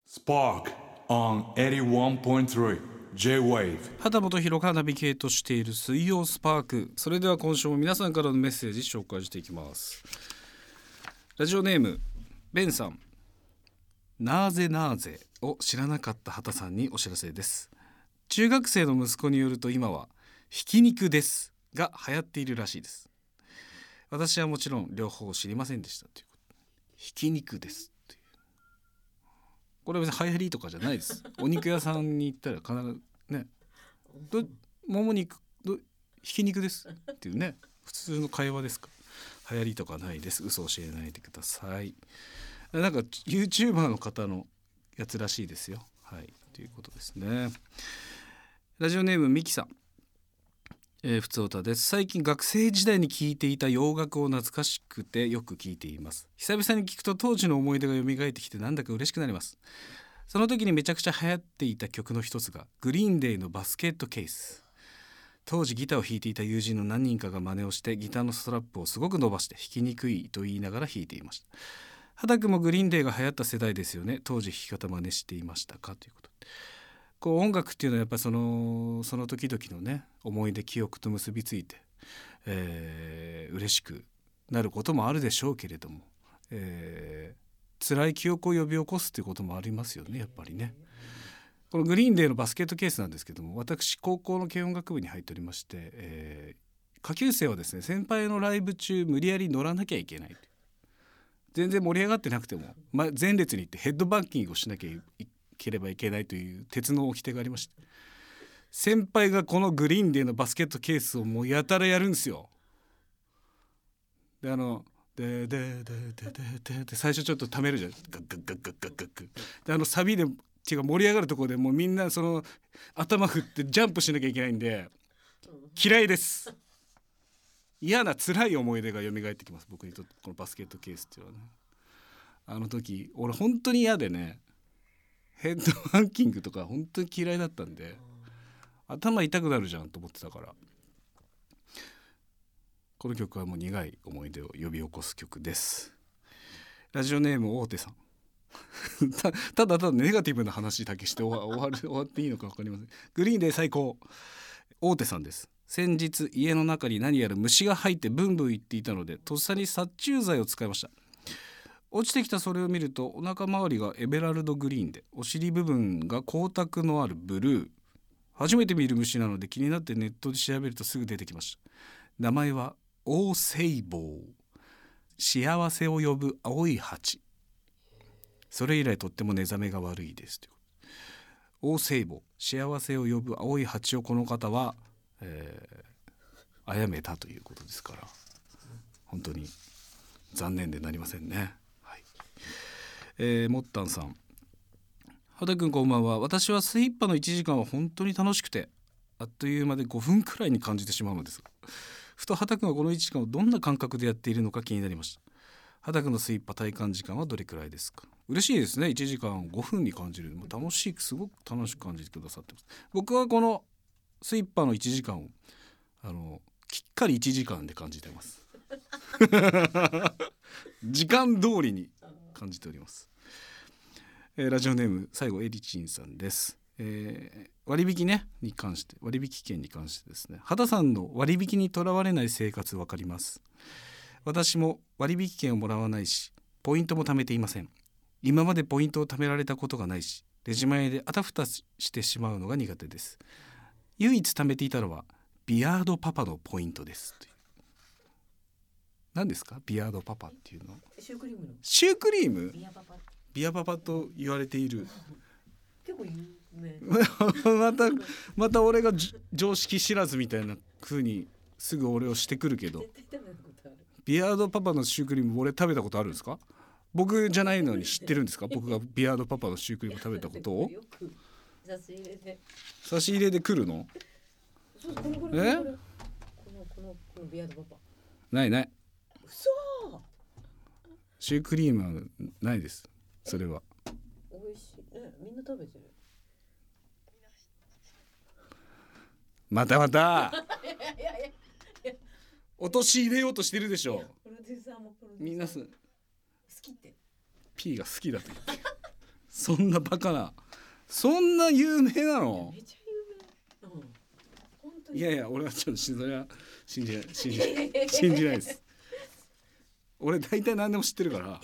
Spark on 81.3 J-Wave。 畑本博がナビゲートしている水曜スパーク。それでは今週も皆さんからのメッセージ紹介していきます。ラジオネームベンさん、なぜなぜを知らなかった畑さんにお知らせです。中学生の息子によると今はひき肉ですが流行っているらしいです。私はもちろん両方知りませんでしたということ。ひき肉ですっていう、これは別に流行りとかじゃないです。お肉屋さんに行ったら必ずね、もも肉ひき肉ですっていうね、普通の会話ですか。流行りとかないです。嘘を教えないでください。なんか YouTuber の方のやつらしいですよ。はいということですね。ラジオネームミキさん、ふつおたです。最近学生時代に聴いていた洋楽を懐かしくてよく聴いています。久々に聴くと当時の思い出が蘇ってきてなんだか嬉しくなります。その時にめちゃくちゃ流行っていた曲の一つがグリーンデイのバスケットケース。当時ギターを弾いていた友人の何人かが真似をしてギターのストラップをすごく伸ばして弾きにくいと言いながら弾いていました。畑くんもグリーンデイが流行った世代ですよね。当時弾き方真似していましたかということで、こう音楽っていうのはやっぱりその時々のね思い出記憶と結びついて、嬉しくなることもあるでしょうけれども、辛い記憶を呼び起こすっていうこともありますよね、やっぱりね。このグリーンデーのバスケットケースなんですけども、私高校の軽音楽部に入っておりまして、下級生はですね、先輩のライブ中無理やり乗らなきゃいけない。全然盛り上がってなくても、前列に行ってヘッドバッキングをしなきゃいければいけないという鉄の掟がありまして、先輩がこのグリーンデーのバスケットケースをもうやたらやるんですよ。でで最初ちょっとためるじゃん、ガッガッガッガッガッガッガッでサビでっていうか盛り上がるところでもうみんなその頭振ってジャンプしなきゃいけないんで嫌いです。嫌な辛い思い出が蘇ってきます、僕にとってこのバスケットケースっていうのはね。あの時俺本当に嫌でね、ヘッドバンキングとか本当に嫌いだったんで、頭痛くなるじゃんと思ってたから、この曲はもう苦い思い出を呼び起こす曲です。ラジオネーム大手さんただネガティブな話だけして終わっていいのか分かりません。グリーンで最高、大手さんです。先日家の中に何やら虫が入ってブンブン言っていたのでとっさに殺虫剤を使いました。落ちてきたそれを見るとお腹周りがエメラルドグリーンでお尻部分が光沢のあるブルー。初めて見る虫なので気になってネットで調べるとすぐ出てきました。名前はオオセイボウ、幸せを呼ぶ青い蜂。それ以来とっても寝覚めが悪いです。オオセイボウ、幸せを呼ぶ青い蜂をこの方は、殺めたということですから、本当に残念でなりませんね。はい、もったんさん、畑くんこんばんは。私はスイッパの1時間は本当に楽しくてあっという間で5分くらいに感じてしまうのですが、ふと畑くんはこの1時間をどんな感覚でやっているのか気になりました。畑くんのスイッパ体感時間はどれくらいですか。嬉しいですね。1時間5分に感じる、楽しい、すごく楽しく感じてくださってます。僕はこのスイッパの1時間をきっかり1時間で感じてます時間通りに感じております。ラジオネーム最後エリチンさんです。割引券に関してですね、畑さんの割引にとらわれない生活わかります。私も割引券をもらわないしポイントも貯めていません。今までポイントを貯められたことがないしレジ前であたふたしてしまうのが苦手です。唯一貯めていたのはビアードパパのポイントですという。何ですかビアードパパっていうの。 シュークリームのシュークリーム、 ビアパパビアパパと言われている結構有名また俺が常識知らずみたいな風にすぐ俺をしてくるけど、 絶対食べたことある。 ビアードパパのシュークリーム俺食べたことあるんですか。僕じゃないのに知ってるんですか。僕がビアードパパのシュークリーム食べたことをよく差し入れで差し入れで来るの。 そうこのこのビアードパパない嘘。 シュークリームはないです。それは美味しいね、みんな食べてる。 またいや落とし入れようとしてるでしょ。 プロデューサーもみんな好きって P が好きだと言ってそんなバカな、そんな有名なの？ めちゃ有名。本当に。 いやいや、俺はちょっとそれは信じないです俺大体何でも知ってるから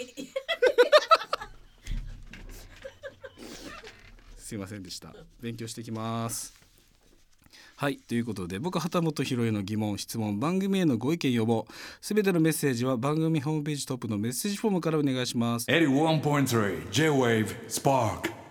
すいませんでした。勉強してきます。はい、ということで僕畑本博恵の疑問質問番組へのご意見要望すべてのメッセージは番組ホームページトップのメッセージフォームからお願いします。 81.3 J-Wave Spark